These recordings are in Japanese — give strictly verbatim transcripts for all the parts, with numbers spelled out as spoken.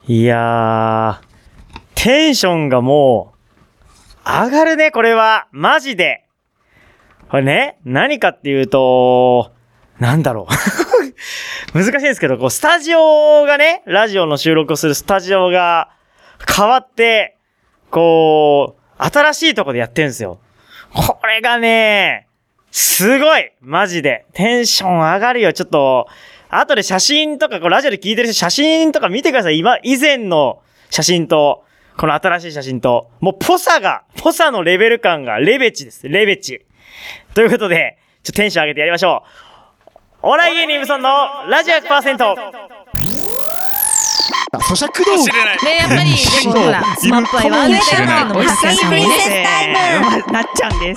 いやー、テンションがもう、上がるね、これは。マジで。これね、何かっていうと、なんだろう。難しいんですけど、こう、スタジオがね、ラジオの収録をするスタジオが変わって、こう、新しいとこでやってるんですよ。これがね、すごいマジで。テンション上がるよ。ちょっと、後で写真とか、こうラジオで聞いてる人写真とか見てください。今、以前の写真と、この新しい写真と、もうポサが、ポサのレベル感がレベチです。レベチ。ということで、ちょっとテンション上げてやりましょう。お笑い芸人ブソンのラジオ ひゃくパーセント。 咀嚼道具ね、やっぱり、でもほら、スマップアイは上ってるのも高橋さんです。 なっちゃんです。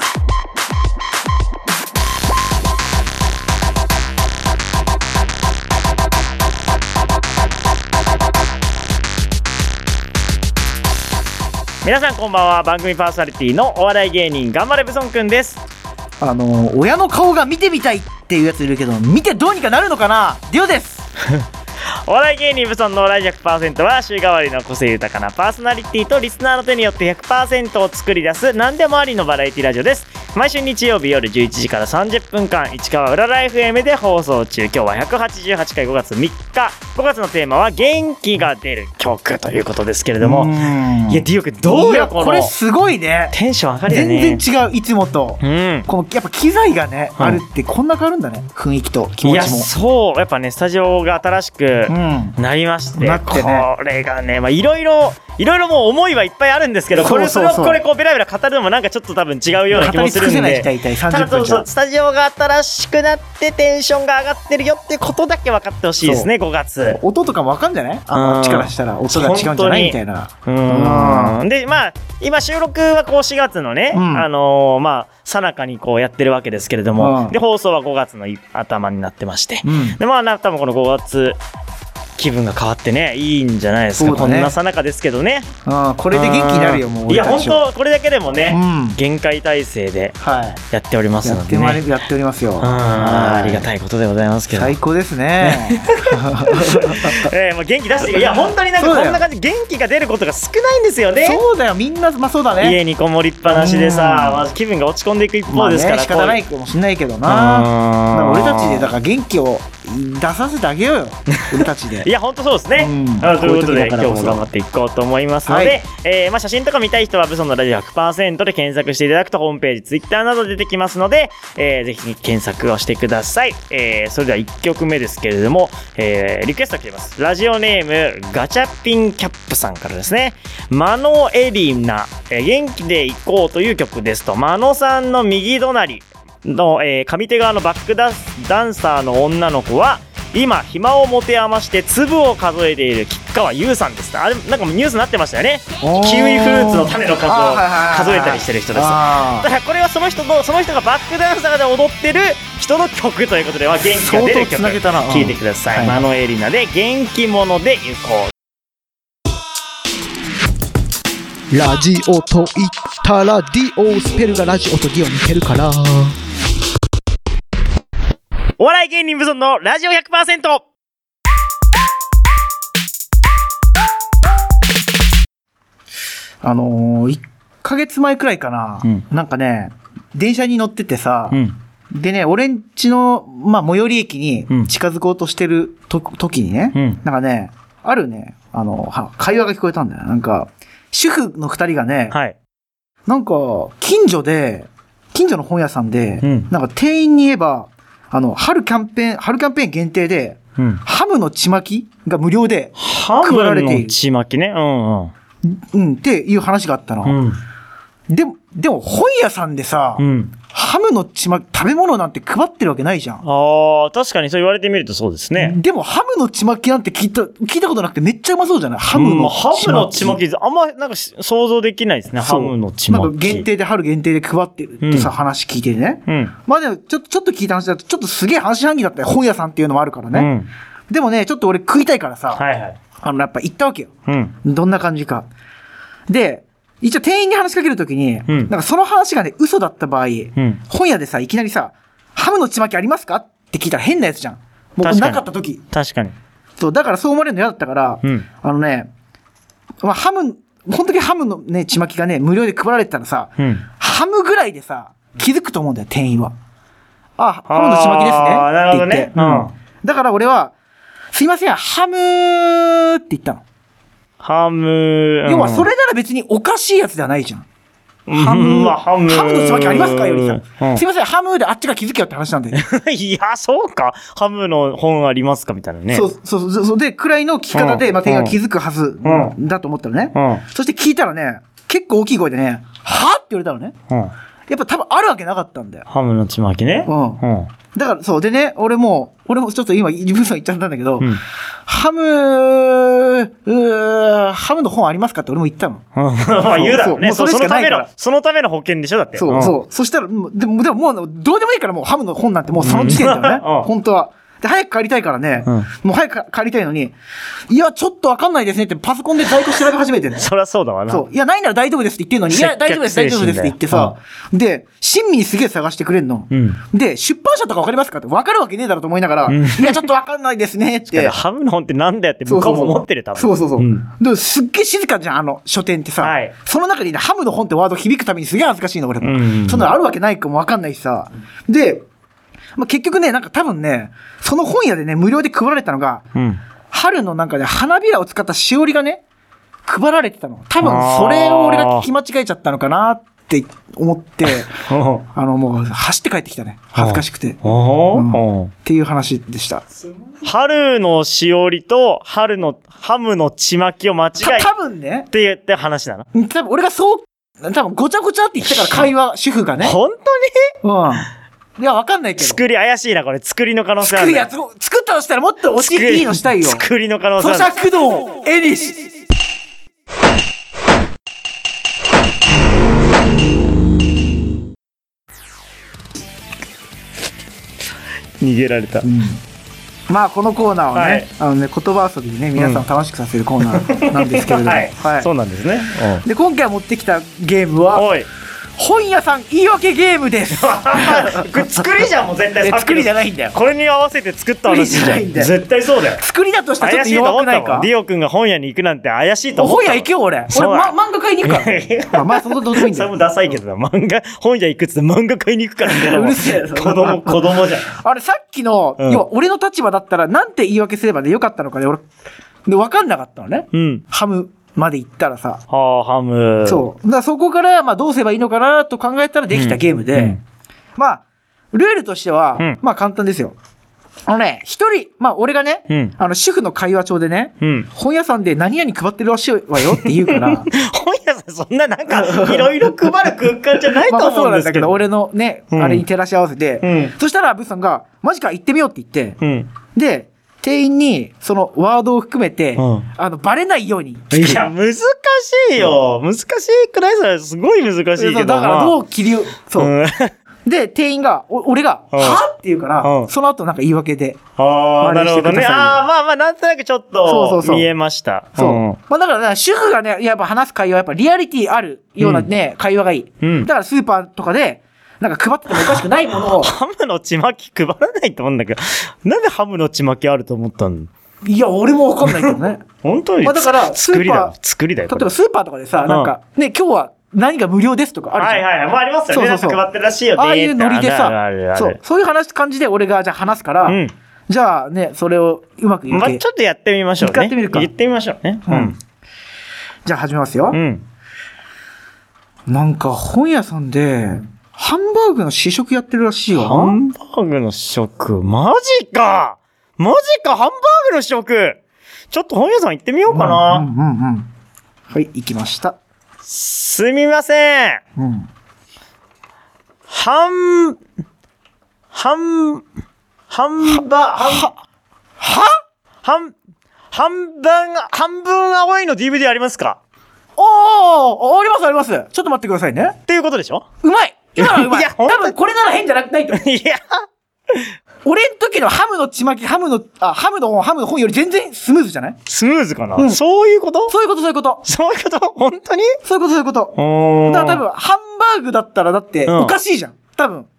皆さんこんばんは。番組パーソナリティのお笑い芸人頑張れブソンくんです。 あの親の顔が見てみたいっていうやついるけど、見てどうにかなるのかな。リオですお笑い芸人ブソンのラジオ ひゃくパーセント は週替わりの個性豊かなパーソナリティとリスナーの手によって ひゃくパーセント を作り出す何でもありのバラエティラジオです。毎週日曜日夜じゅういちじからさんじゅっぷんかん市川うらら エフエム で放送中。今日はひゃくはちじゅうはちかいごがつみっか。ごがつのテーマは元気が出る曲ということですけれども、いやディオ君どうよこのこれすごいね。 テンション上がるよね。 全然違ういつもと、うん、このやっぱ機材がね、うん、あるってこんな変わるんだね。雰囲気と気持ちも。いやそうやっぱねスタジオが新しくなりまして、うん、なってね、これがねまあいろいろいろいろもう思いはいっぱいあるんですけど、これそれをこれこうベラベラ語るのもなんかちょっと多分違うような気もするんで、ただそうそうスタジオが新しくなってテンションが上がってるよっていうことだけ分かってほしいですね。ごがつ音とかも分かんじゃない？あっちからしたら音が違うんじゃないみたいな。 うんでまあ今収録はこうしがつのね、うん、あのー、まあさなかにこうやってるわけですけれども、うん、で放送はごがつの頭になってまして、うん、でまあ多分このごがつ気分が変わってねいいんじゃないですか、ね、こんなさなかですけどね。 あこれで元気になるよ。もういや本当これだけでもね、うん、限界体制でやっておりますので、ね、 やってやっておりますよ。 あありがたいことでございますけど最高ですねえー、もう元気出していや本当になんかこんな感じ元気が出ることが少ないんですよね。 そうだよみんな、まあ、そうだね。 家にこもりっぱなしでさ、まあ、気分が落ち込んでいく一方ですから、 まあね、仕方ないかもしれないけどな。俺たちでだから元気を出させてあげようよ俺たちでいや本当そうですね、うん、あということで今日も頑張っていこうと思いますので、はい、えーまあ、写真とか見たい人はブソンのラジオ ひゃくパーセント で検索していただくとホームページツイッターなど出てきますので、えー、ぜひ検索をしてください。えー、それではいっきょくめですけれども、えー、リクエスト来てます。ラジオネームガチャピンキャップさんからですね。マノエリナ、えー、元気でいこうという曲ですと。マノさんの右隣の、えー、上手側のバックダンサーの女の子は今暇を持て余して粒を数えている吉川優さんです。あれなんかニュースになってましたよね。キウイフルーツの種の数を数えたりしてる人です。だからこれはその人のその人がバックダンサーで踊ってる人の曲ということでは元気が出る曲聴いてください。うん、マノエリナで元気者で行こう。ラジオと言ったらディオスペルがラジオとディオに似てるからお笑い芸人ブソンのラジオ ひゃくパーセント。 あのー、いっかげつまえくらいかな、うん、なんかね電車に乗っててさ、うん、でね俺んちの、まあ、最寄り駅に近づこうとしてると、うん、時にね、うん、なんかねあるねあの会話が聞こえたんだよ。なんか主婦の二人がね、はい、なんか近所で近所の本屋さんで、うん、なんか店員に言えばあの、春キャンペーン、春キャンペーン限定で、うん、ハムのちまきが無料で配られている。ハムのちまきね。うんうん。 うん、っていう話があったの。うん、でも、でも本屋さんでさ、うん、ハムのちまき、食べ物なんて配ってるわけないじゃん。 ああ、確かにそう言われてみるとそうですね。 でもハムのちまきなんて聞いた、聞いたことなくてめっちゃうまそうじゃない？ハムのちまき。 ハムのちまき、あんまなんか想像できないですね。ハムのちまき。 なんか限定で、春限定で配ってるってさ、うん、話聞いてね。うん、まあでも、ちょっと、ちょっと聞いた話だと、ちょっとすげえ半信半疑だったよ。本屋さんっていうのもあるからね。うん、でもね、ちょっと俺食いたいからさ、はいはい、あの、やっぱ行ったわけよ。うん、どんな感じか。で、一応店員に話しかけるときに、うん、なんかその話がね、嘘だった場合、うん、本屋でさ、いきなりさ、ハムのちまきありますかって聞いたら変なやつじゃん。もうなかったとき。 確かに。 そう、だからそう思われるの嫌だったから、 うん、 あのね、まあ、ハム、本当にハムのね、ちまきがね、無料で配られてたらさ、うん、ハムぐらいでさ、気づくと思うんだよ、店員は。あ、ハムのちまきですね。 ああ、なるほどね。 うん。だから俺は、すいません、ハムーって言ったの。 ハム、うん、 要はそれなら別におかしいやつではないじゃん。 ハム、まあ、ハム。 ハムのつまきありますかよりさ、うん。すいません、ハムであっちが気づけよって話なんで。 いや、そうか。ハムの本ありますかみたいなね。 そう、そう、そう、で、くらいの聞き方で、うん、まあ、店員が気づくはず、うん、だと思ったらね、うん。そして聞いたらね、結構大きい声でね、はって言われたのね。うん、やっぱ多分あるわけなかったんだよ。 ハムのちまきね。 うん。うんだから、そう。でね、俺も、俺もちょっと今、自分さん言っちゃったんだけど、うん、ハムー、うー、ハムの本ありますかって俺も言ったの。 まあ言うだろうね。 それしかないから。 そのための保険でしょだって。 そう、うん、そう。そしたら、でも、でももう、どうでもいいからもうハムの本なんてもうその時点だよね。うん、本当は。で、早く帰りたいからね、うん、もう早く帰りたいのに、いや、ちょっとわかんないですねってパソコンで在庫調べ始めてね。 そりゃそうだわな。 そう。いや、ないなら大丈夫ですって言ってんのに、いや、大丈夫です、大丈夫ですって言ってさ、うん、で、親身にすげえ探してくれんの。うん、で、出版社とかわかりますかってわかるわけねえだろと思いながら、うん、いや、ちょっとわかんないですねって。 ハムの本ってなんだよって向こうも思ってる多分。 そうそうそう。うん、で、すっげえ静かじゃん、あの、書店ってさ。はい、その中にね、ハムの本ってワード響くためにすげえ恥ずかしいの、俺も。うん、そんなのあるわけないかもわかんないしさ。で、まあ、結局ね、なんか多分ね、その本屋でね、無料で配られたのが、うん、春のなんかね、花びらを使ったしおりがね、配られてたの。多分それを俺が聞き間違えちゃったのかなって思って、あのもう走って帰ってきたね。恥ずかしくて。うん、っていう話でした。 春のしおりと春のハムのちまきを間違えた多分ね。 って言って話なの。 多分俺がそう、多分ごちゃごちゃって言ったから会話、主婦がね。 本当に？ うん。いや、わかんないけど。 作り怪しいな、これ。作りの可能性ある。 作りやつ、作ったとしたらもっと教えていいのしたいよ。 作りの可能性ある。 咀嚼道、エリシ。 逃げられた。うん、 まあ、このコーナーはね、はい、あのね、言葉遊びでね、皆さんを楽しくさせるコーナーなんですけれども。はい。 はい、そうなんですね。 で、今回持ってきたゲームは、おい本屋さん言い訳ゲームです。 作りじゃんもう絶対。 作りじゃないんだよ。 これに合わせて作った話じゃん。絶対そうだよ。 作りだとしたらちょっと弱くないか。 リオくんが本屋に行くなんて怪しいと思う。 本屋行けよ俺。俺、ま、漫画買いに行くから。まあそのどうでもいいんだよ。 それもダサいけどな。漫画本屋行くっつって漫画買いに行くからね。 うるせえ。 子供子供じゃん。 あれさっきの、要は俺の立場だったらなんて言い訳すればねよかったのかね俺で分かんなかったのね。うん。ハムまで行ったらさ。 はあ、ハム。 そう。だからそこから、まあどうすればいいのかなと考えたらできたゲームで、うんうん、まあ、ルールとしては、うん、まあ簡単ですよ。あのね、一人、まあ俺がね、うん、あの主婦の会話帳でね、うん、本屋さんで何々配ってるらしいわよって言うから。 本屋さんそんななんか、いろいろ配る空間じゃないと思うんですけど。まあそうなんだけど、 俺のね、うん、あれに照らし合わせて、うん、そしたらブスさんが、マジか行ってみようって言って、うん、で、店員に、そのワードを含めて、うん、あの、バレないように。いや、難しいよ。難しいくらいさ、すごい難しいけど。 だからどう切り、そう。うん、で、店員が、お俺が、うん、はって言うから、うん、その後なんか言い訳で。 ああ、なるほどね。ああ、まあまあ、なんとなくちょっと、そうそうそう見えました。 そう。うん、まあだから、ね、主婦がね、やっぱ話す会話はやっぱリアリティあるようなね、うん、会話がいい。うん、だからスーパーとかで、なんか配っててもおかしくないものを。 ハムのちまき配らないと思うんだけど、なんでハムのちまきあると思ったの？ いや、俺もわかんないけどね。 本当に。 まあだから、スーパー、 作りだよ。 例えばスーパーとかでさ、なんか、ね、今日は何が無料ですとかあるじゃん。 はいはいはい。まあありますよね。そうそうそう。配ってるらしいよね。 ああいうノリでさ、そう、そういう話、感じで俺がじゃあ話すから、うん、じゃあね、それをうまく言って。 まあちょっとやってみましょうね。 やってみるか。 言ってみましょうね。うん。 じゃあ始めますよ。うん。なんか本屋さんで、ハンバーグの試食やってるらしいよ。 ハンバーグの試食マジかマジかハンバーグの試食ちょっと本屋さん行ってみようかな。 うんうんうんうん。はい、行きました。 すみません。うん。ハン、ハン、ハンバ、は、はハン、半分、半分青いの ディーブイディー ありますか？ おー、ありますあります。ちょっと待ってくださいね。 っていうことでしょ？ うまい今のはうまい。いや、多分これなら変じゃなくないと。 いや。 俺ん時のハムのちまき、ハムの、あ、ハムの本、ハムの本より全然スムーズじゃない？ スムーズかな、うん、そういうことそういうこと、そういうこと。 そういうこと本当にそういうこと、そういうこと。だから多分、ハンバーグだったらだって、おかしいじゃん。多分。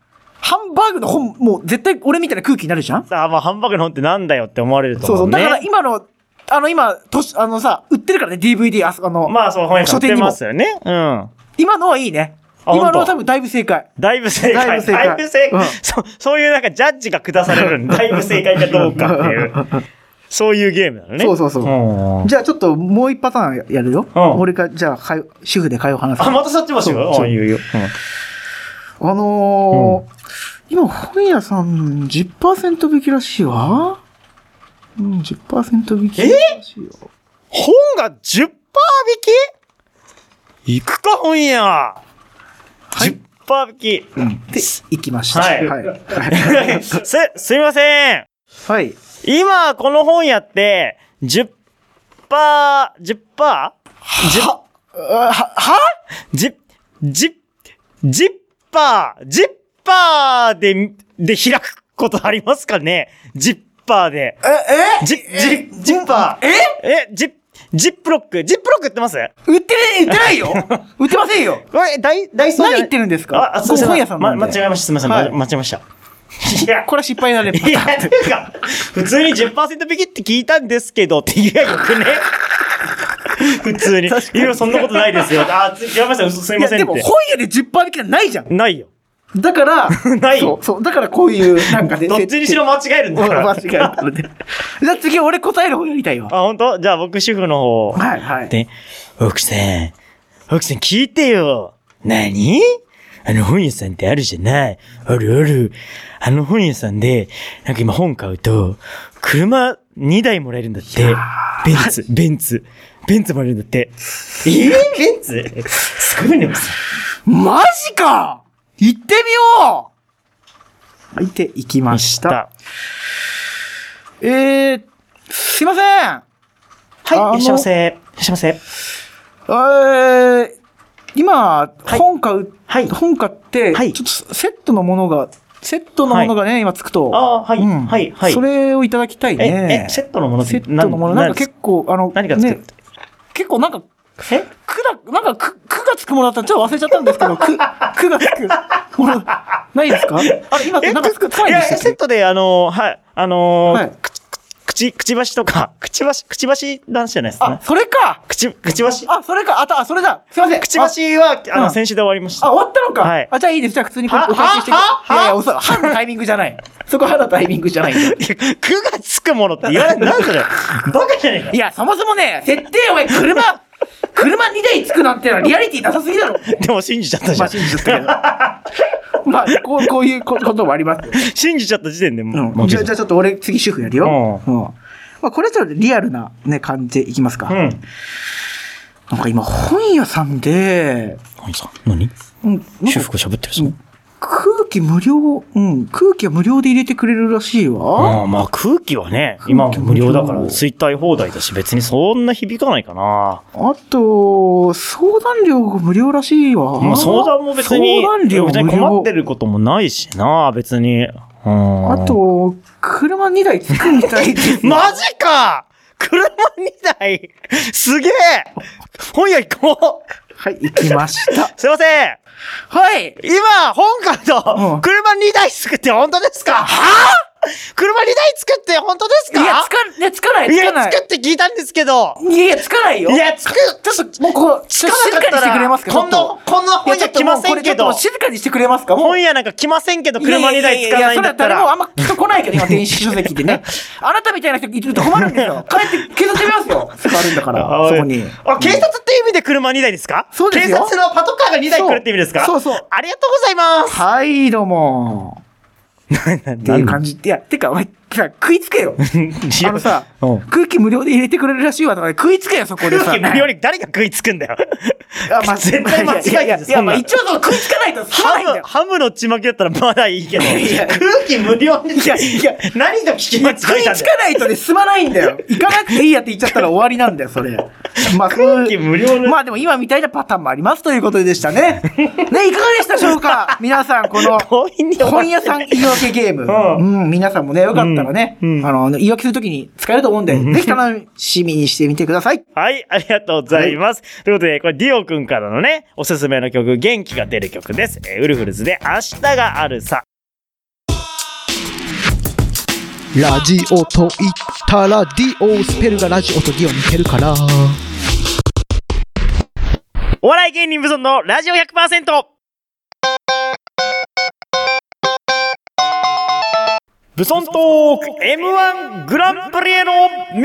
ハンバーグの本、もう絶対俺みたいな空気になるじゃん。 さあ、まあ、ハンバーグの本ってなんだよって思われると思う、ね。 そうそう。だから今の、あの今、とし、あのさ、売ってるからね、ディーブイディー、あそこの。 まあ、そう、本屋さん売ってますよね。うん。 今のはいいね。今のは多分だいぶ正解。 だいぶ正解。だいぶ正解。だいぶ正解。うん、そ、そういうなんかジャッジが下されるんだいぶ正解かどうかっていう。そういうゲームなのね。 そうそうそう。じゃあちょっともう一パターンやるよ。うん、俺が、じゃあ、主婦で会話話す。 あ、またそっちも主婦ああ、言うよ。 うん、あのー、うん、今本屋さん じゅっパーセント 引きらしいわ。うん、じゅっパーセント 引きらしいよ。 え本が じゅっパーセント 引き？行くか本屋。はい、じゅっパーセント 引き。 うん。で、行きました。はい。 はい。す、すみません。 はい。 今、この本屋って、じゅっパーセント、じゅっパーセント? は、は、はじ、じ、じっパー、じっパーで、で開くことありますかね？ジッパーで。 え、えジ、ジ、ジッパー。ええ、ジッ、ジップロック。ジップロック売ってます？ 売ってね、売ってないよ売ってませんよこれ、ダイ、ダイソー何言ってるんですか？ あ、そう本屋さんなんで。 ま、間違えました。すみません。はい、間違えました。 いや、これは失敗になれば。 いや、ていうか、普通に じゅっパーセント 引きって聞いたんですけど、って言えばよくね。普通に。いや、そんなことないですよ。あ、違いました。すみませんって。 でも本屋で じゅっパーセント 引きはないじゃん。 ないよ。 だから、 ないそう、そう、だからこういう、なんかね。 どっちにしろ間違えるんだから。 間違えるからね。じゃあ次俺答える方やりたいよ。 あ、本当？じゃあ僕主婦の方。 はいはい。 で、奥さん、奥さん聞いてよ。何？あの本屋さんってあるじゃない。あるある。あの本屋さんで、なんか今本買うと、車にだいもらえるんだって。ベンツ、ベンツ。ベンツもらえるんだって。えー、ベンツすごいね、奥さん。マジか！行ってみよう！はい、で、行きました。えー、すいません。はい、 いらっしゃいませ。いらっしゃいませ。 えー、今、 はい、 本買う、 はい、 本買って、はい、ちょっとセットのものが、セットのものがね、はい、今つくと。 ああ、はい、うん、はい、はい。 それをいただきたいね。 え、え、セットのものセットのもの、なんか結構、あの、 何がつく、ね、 結構なんか、えくだ、なんかく、くがつくものだったらちょっと忘れちゃったんですけど、く、くがつくもの、ないですか？あれ、今、なんかつく、つかないんですか？ いや、セットで、あの、はい、あのー、 はい、 口、くちばしとか、くちばし、くちばし男子じゃないですか、ね。 あ、それかくち、くちばしあ、それかあ、た、あ、それだすいませんくちばしは、あの、先週で終わりました。 あ、終わったのかはい。 あ、じゃあいいです。じゃあ普通にこれお返ししてください。いやいや、遅い。歯のタイミングじゃない。そこ歯のタイミングじゃないんだよ。 くがつくものって言われて、なんそれバカじゃねえか。 いや、そもそもね、設定お前、車、車にだいつくなんてのはリアリティなさすぎだろ。 でも信じちゃったじゃん。 まあ信じちゃったけど。まあ、こう、こういうこともあります。 信じちゃった時点でもう。うん、じゃあ、じゃあちょっと俺次主婦やるよ。うん。うん、まあ、これちょっとリアルなね、感じでいきますか。うん。なんか今、本屋さんで。 本屋さん何？うん。主婦が喋ってるぞ。うん、 空気無料、うん。空気は無料で入れてくれるらしいわ。 ああ、まあ空気はね、今無料だから吸いたい放題だし、別にそんな響かないかな。 あと、相談料が無料らしいわ。 まあ相談も別に、相談料別に困ってることもないしな、別に。うん、 あと、車にだい作りたいです。 マジか！車にだいすげえ！本屋行こう！ はい、行きました。 すいません！ はい。 今、本買うと、車にだい作って本当ですか？はぁ？車にだい作って本当ですか？ いや、つか、いや、つかない、つかない。 いや、作って聞いたんですけど。 いやいや、つかないよ。 いや、つく、 ちょっと、もうこう、静かにしてくれますか？ こんな、こんな本屋来ませんけど。 静かにしてくれますか？ 本屋なんか来ませんけど、車にだい使わないんだったら。 いやいやいや、それは誰もあんま人来ないけど、今、電子書籍でね。あなたみたいな人いると困るんですよ。帰って、警察呼びますよ。使わるんだから、そこに。 あ、警察って意味で車にだいですか？ そうですよ。 警察のパトカーがにだい来るって意味ですか？ そうそう。 ありがとうございます。 はい、どうも。っていう感じ。いや、てか、お前、食いつけよ。あのさ、空気無料で入れてくれるらしいわとか食いつけよ、そこでさ。 空気無料に誰が食いつくんだよ。 あ、まあ、 絶対間違えてる。 いや、まあ一応食いつかないと済まないんだよ。ハムのちまきだったらまだいいけど、空気無料に。いや、いや、何が聞き間違えたんだよ。 食いつかないとね、済まないんだよ。行かなくていいやって言っちゃったら終わりなんだよ、それ。まあ、 空気無料の。 まあでも今みたいなパターンもありますということでしたね。ね、いかがでしたでしょうか皆さん、この、本屋さん言い訳ゲーム。うん、皆さんもね、よかったらね、あの、言い訳するときに使えると思うんで、ぜひ楽しみにしてみてください。 はい、ありがとうございます。ということで、これディオくんからのね、おすすめの曲、元気が出る曲です。えー、ウルフルズで明日があるさ。 ラジオと言ったらディオ、スペルがラジオとディオ似てるから。 お笑い芸人ブソンのラジオ ひゃくパーセント。 ブソントーク エムワン グランプリへの道。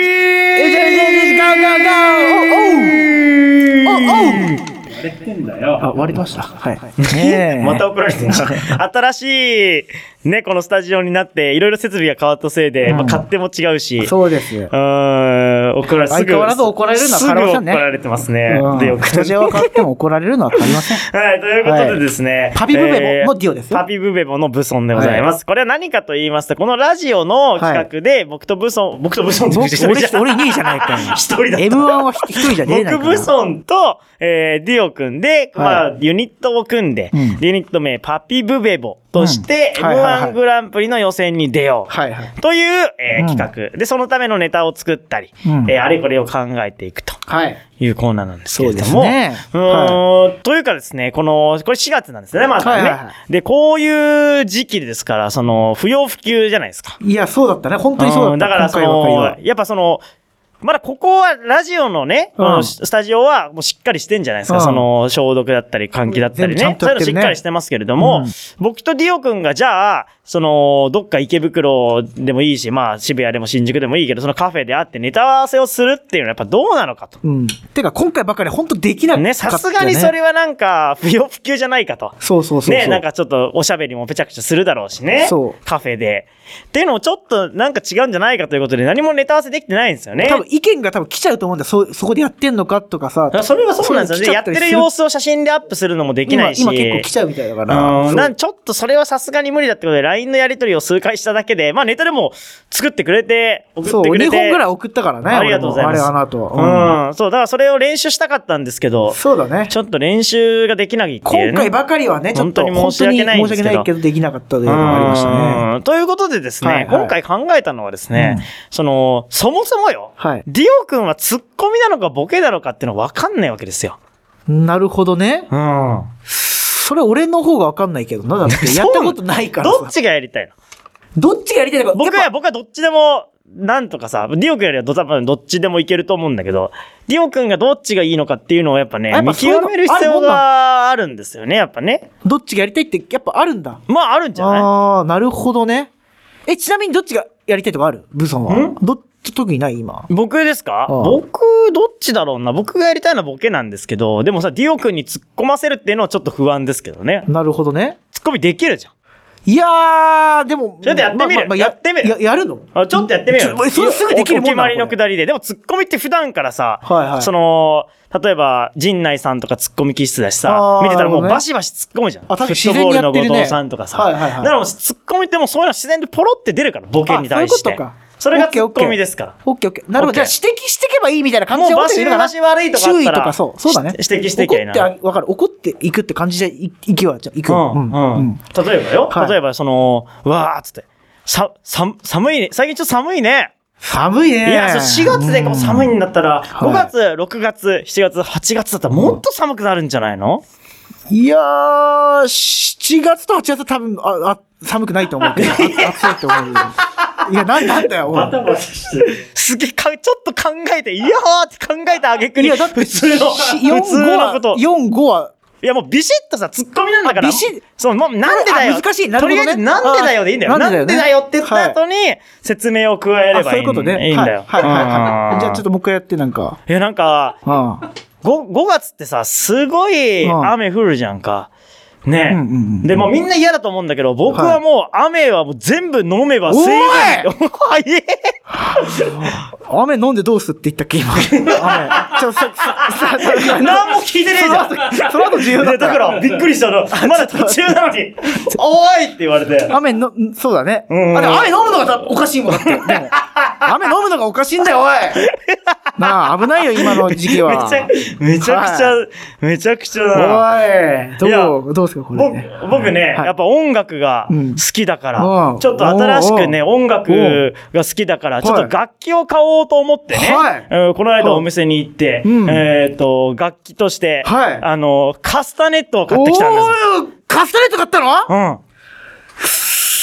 割れてんだよ。 あ、割れました。はい。 ねえ。また怒られてんじゃん。新しい、ね、このスタジオになって、いろいろ設備が変わったせいで、うん、まあ、勝手も違うし。 そうです。うーん、怒られ、すぐ。 相変わらず怒られるのは変わりませんね。 すぐ怒られてますね。うん、で、よく。 スタジオが変わっても怒られるのは変わりません。 はい、ということでですね。はい、 パピブベボのディオですよ。 パピブベボのブソンでございます。はい、これは何かと言いますと、このラジオの企画で、僕とブソン、僕とブソンって言って、俺にいじゃないかよ。 一人だった。 エムワン は一人じゃ出れないから。 僕ブソンと、えー、ディオくんで、まあ、ユニットを組んで、うん、ユニット名パピブベボとして、うん、エムワン グランプリの予選に出よう。はいはい、という、えーうん、企画。で、そのためのネタを作ったり、うん、えー、あれこれを考えていくと。はい。いうコーナーなんですけれども。そうですね。うーん、はい、というかですね、この、これしがつなんですね、まだね。はいはいはい、で、こういう時期ですから、その、不要不急じゃないですか。 いや、そうだったね。本当にそうだった。 だから、その、やっぱその、まだここはラジオのね、うん、スタジオはもうしっかりしてんじゃないですか。うん、その消毒だったり換気だったりね。ね、そういうのしっかりしてますけれども、うん、僕とディオくんがじゃあ、その、どっか池袋でもいいし、まあ渋谷でも新宿でもいいけど、そのカフェで会ってネタ合わせをするっていうのはやっぱどうなのかと。 うん。てか今回ばかり本当できなかったね。 さすがにそれはなんか不要不急じゃないかと。 そうそうそうそう。 ね、なんかちょっとおしゃべりもぺちゃくちゃするだろうしね。そう。カフェで。っていうのもちょっとなんか違うんじゃないかということで何もネタ合わせできてないんですよね。 多分意見が多分来ちゃうと思うんだよ。そ、そこでやってんのかとかさ。 それはそうなんですよね。やってる様子を写真でアップするのもできないし。 今、今結構来ちゃうみたいだから。 うん。なんちょっとそれはさすがに無理だってことで ライン のやり取りを数回しただけで、まあネタでも作ってくれて、送ってくれて。 そう、にほんぐらい送ったからね。 ありがとうございます。 あれあの後。 うん。うん。そう、だからそれを練習したかったんですけど。 そうだね。 ちょっと練習ができないっていう、ね。 今回ばかりはね、ちょっと本当に申し訳ないんですけど。 申し訳ないけどできなかったというのがありましたね。 うん。ということでですね、はいはい、今回考えたのはですね、うん、その、そもそもよ、はい、ディオ君はツッコミなのかボケなのかっていうの分かんないわけですよ。 なるほどね。うん。それ俺の方が分かんないけどな、だってやったことないからさ。 どっちがやりたいの？ どっちがやりたいのか。 僕は、僕はどっちでも、なんとかさ、ディオ君よりはど、多分どっちでもいけると思うんだけど、ディオ君がどっちがいいのかっていうのをやっぱね、見極める必要があるんですよね、やっぱね。 どっちがやりたいってやっぱあるんだ。 まああるんじゃない？ ああ、なるほどね。え、ちなみにどっちがやりたいとかある？ブソンは。ん？どっち特にない今。 僕ですか？ああ、僕、どっちだろうな。僕がやりたいのはボケなんですけど、でもさ、ディオ君に突っ込ませるっていうのはちょっと不安ですけどね。 なるほどね。 突っ込みできるじゃん。 いやー、でも。 ちょっとやってみる。まあまあ、やってみる。 や、やるの？ あ、ちょっとやってみる。 それすぐできるもんなの？お決まりのくだりで。でもツッコミって普段からさ、はいはい、その、例えば、陣内さんとかツッコミ気質だしさ、見てたらもうバシバシツッコむじゃん。あ、確かにフットボールの後藤さんとかさ。はいはいはい。だからもうツッコミってもうそういうの自然でポロって出るから、ボケに対して。そういうことか。それがツッコミですから。 オッケーオッケー。なるほど。じゃあ指摘していけばいいみたいな感じで思ってるかな。 もうバシバシ悪いとかあったら。 注意とかそう。そうだね。 指摘していけばいいな。 怒って、わかる。怒っていくって感じでいくわ。じゃあ、いく。うんうんうん。例えばよ。例えばその、わーっつって。さ、さ、寒いね。最近ちょっと寒いね。 寒いね。 いや、しがつでも寒いんだったら、ごがつ、ろくがつ、しちがつ、はちがつだったらもっと寒くなるんじゃないの？ いやー、しちがつとはちがつは多分、あ、あ、寒くないと思うけど、暑いと思う。いや、なんなんだよ、 バタバタして。すげえ、か、ちょっと考えて、いやーって考えたあげくに。いや、だって普通の、普通のこと。 よん、ごは、 いやもうビシッとさ、ツッコミなんだから。ビシッそう、もうなんでだよ。 難しい。なるほどね。 とりあえずなんでだよでいいんだよ。なんでだよって言った後に、説明を加えればいい。そういうことね。いいんだよ。 はいはいはい。じゃあちょっともう一回やってなんか。 いやなんか、ご、ごがつってさ、すごい雨降るじゃんか。ね、うんうんうん、で、もうみんな嫌だと思うんだけど、僕はもう雨はもう全部飲めば水分。おい雨飲んでどうすって言ったっけ今。雨。ちょ、さ、さ、 さ、何も聞いてねえじゃん。 その後重要だった。 だからびっくりしたの。まだ途中なのに、おいって言われて。 雨の、そうだね。うん、あ、でも雨飲むのがおかしいもんだって。でも雨飲むのがおかしいんだよ、おい。なあ、危ないよ、今の時期は。 めちゃ、めちゃくちゃ、はい、めちゃくちゃな。おい。どう、どうすか、これ、ね。 僕ね、はい、やっぱ音楽が好きだから、うん、ちょっと新しくね、音楽が好きだから、ちょっと楽器を買おうと思ってね、はいうん、この間お店に行って、うん、えっと、楽器として、はい、あの、カスタネットを買ってきたんです。 おー、カスタネット買ったの？ うん。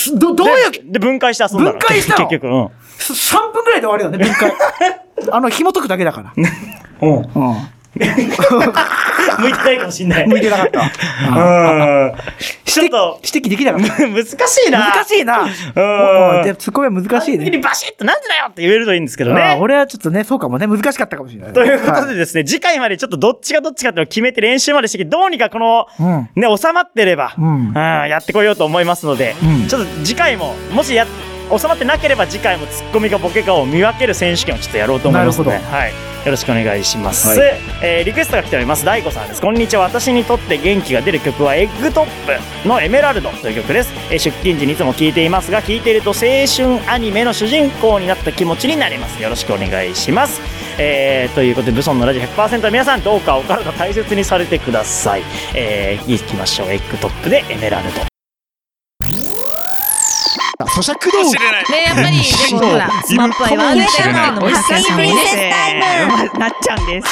ど、どういうで、で分解して遊んだの。 分解したの結局、うん。 さんぷんくらいで終わるよね、分解。あの、紐解くだけだから。 うん。 うん。 向いてないかもしんない。 向いてなかった。 うん。ちょっと、 指摘できなかった。 難しいな。 難しいな。うん。で、ツッコミは難しいね。 バシッとなんでだよって言えるといいんですけどね。 俺はちょっとね、そうかもね、難しかったかもしれない。 ということでですね、次回までちょっとどっちがどっちかっていうのを決めて練習までしてきて、どうにかこの、ね、収まってれば、やってこようと思いますので、ちょっと次回も、もしや、収まってなければ次回もツッコミかボケかを見分ける選手権をちょっとやろうと思いますので、はい、よろしくお願いします、はい。えー、リクエストが来ております。大悟さんです。こんにちは。私にとって元気が出る曲はエッグトップのエメラルドという曲です。えー、出勤時にいつも聴いていますが、聴いていると青春アニメの主人公になった気持ちになります。よろしくお願いします。えー、ということでブソンのラジオ ひゃくパーセント の皆さん、どうかお体大切にされてください。えー、いきましょう。エッグトップでエメラルド。 咀嚼道具ねえ、やっぱり、でもほら、スマップは言わないからっていうのも発見したもんね。 なっちゃんです。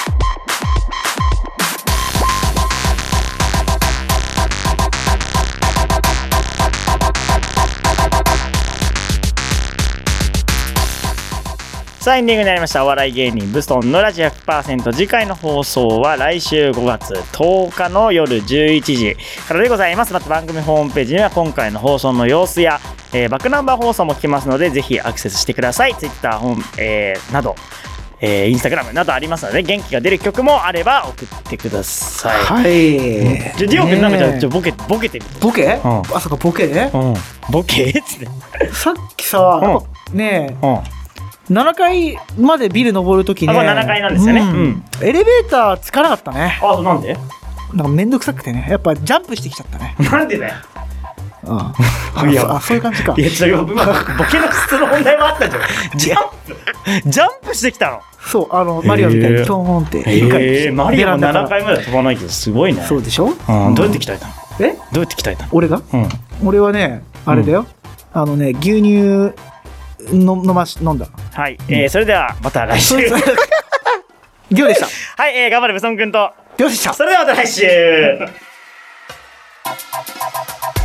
さあエンディングになりました。お笑い芸人ブソンのラジオ ひゃくパーセント。 次回の放送は来週ごがつとおかの夜じゅういちじからでございます。また番組ホームページには今回の放送の様子や、えー、バックナンバー放送も聞きますので、ぜひアクセスしてください。 Twitter 本、えー、など、えー、インスタグラムなどありますので、元気が出る曲もあれば送ってください。 はい。 じゃディオ君なんかじゃあちょボケボケてみて。 ボケ？ うん、 あ、そっか、ボケね。 うん。ボケっつって。 さっきさ、うん、ねえ。うん、ななかいまでビル登るときね。 あ、これななかいなんですよね。うんうん、 エレベーターつかなかったね。 あ、なんで？ なんかめんどくさくてね。やっぱジャンプしてきちゃったね。 なんでだよ。 うん。いや、あ、そういう感じか。 いや、ちょっと今、ボケの質の問題もあったじゃん。ジャンプジャンプしてきたの？ そう、あの、マリオみたいにトーンって。 えー、マリオもななかいまでは飛ばないけど、すごいね。 そうでしょ？ うん。どうやって鍛えたの？ え？ どうやって鍛えたの？ 俺が？うん。俺はね、あれだよ。あのね、牛乳、の飲まし飲んだ。 はい、えー、それではまた来週。 りょうでした。 はい、えー、頑張れブソン君と。 りょうでした。 それではまた来週。